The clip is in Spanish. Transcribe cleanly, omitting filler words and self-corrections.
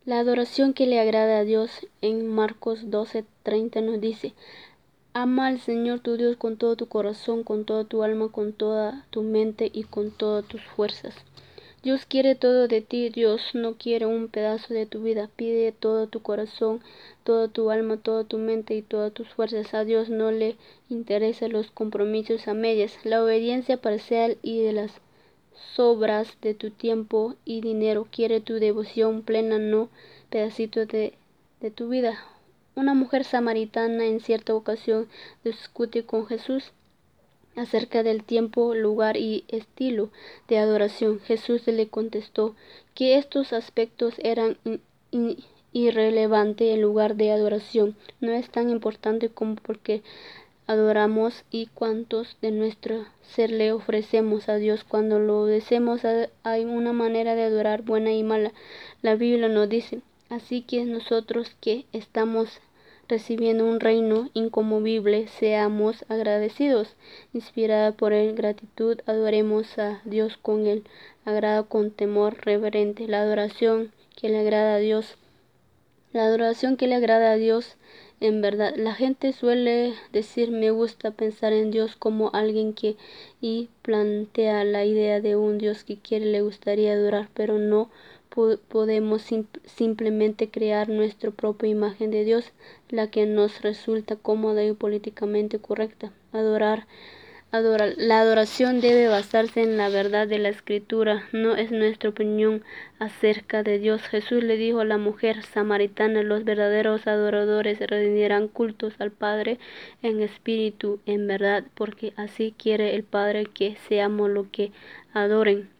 La adoración que le agrada a Dios en Marcos 12:30 nos dice: ama al Señor tu Dios con todo tu corazón, con toda tu alma, con toda tu mente y con todas tus fuerzas. Dios quiere todo de ti, Dios no quiere un pedazo de tu vida. Pide todo tu corazón, toda tu alma, toda tu mente y todas tus fuerzas. A Dios no le interesan los compromisos a medias, la obediencia parcial y de las sobras de tu tiempo y dinero. Quiere tu devoción plena, no pedacitos de tu vida. Una mujer samaritana en cierta ocasión discute con Jesús acerca del tiempo, lugar y estilo de adoración. Jesús le contestó que estos aspectos eran irrelevantes. El lugar de adoración no es tan importante como porque adoramos y cuántos de nuestro ser le ofrecemos a Dios. Cuando lo obedecemos, hay una manera de adorar buena y mala. La Biblia nos dice: así que nosotros que estamos recibiendo un reino inconmovible, seamos agradecidos. Inspirada por él gratitud, adoremos a Dios con el agrado, con temor reverente. La adoración que le agrada a Dios. La adoración que le agrada a Dios, en verdad. La gente suele decir: me gusta pensar en Dios como alguien que, y plantea la idea de un Dios que quiere, le gustaría adorar, pero no podemos simplemente crear nuestra propia imagen de Dios, la que nos resulta cómoda y políticamente correcta. La adoración debe basarse en la verdad de la Escritura, no es nuestra opinión acerca de Dios. Jesús le dijo a la mujer samaritana: los verdaderos adoradores rendirán cultos al Padre en espíritu, en verdad, porque así quiere el Padre que seamos lo que adoren.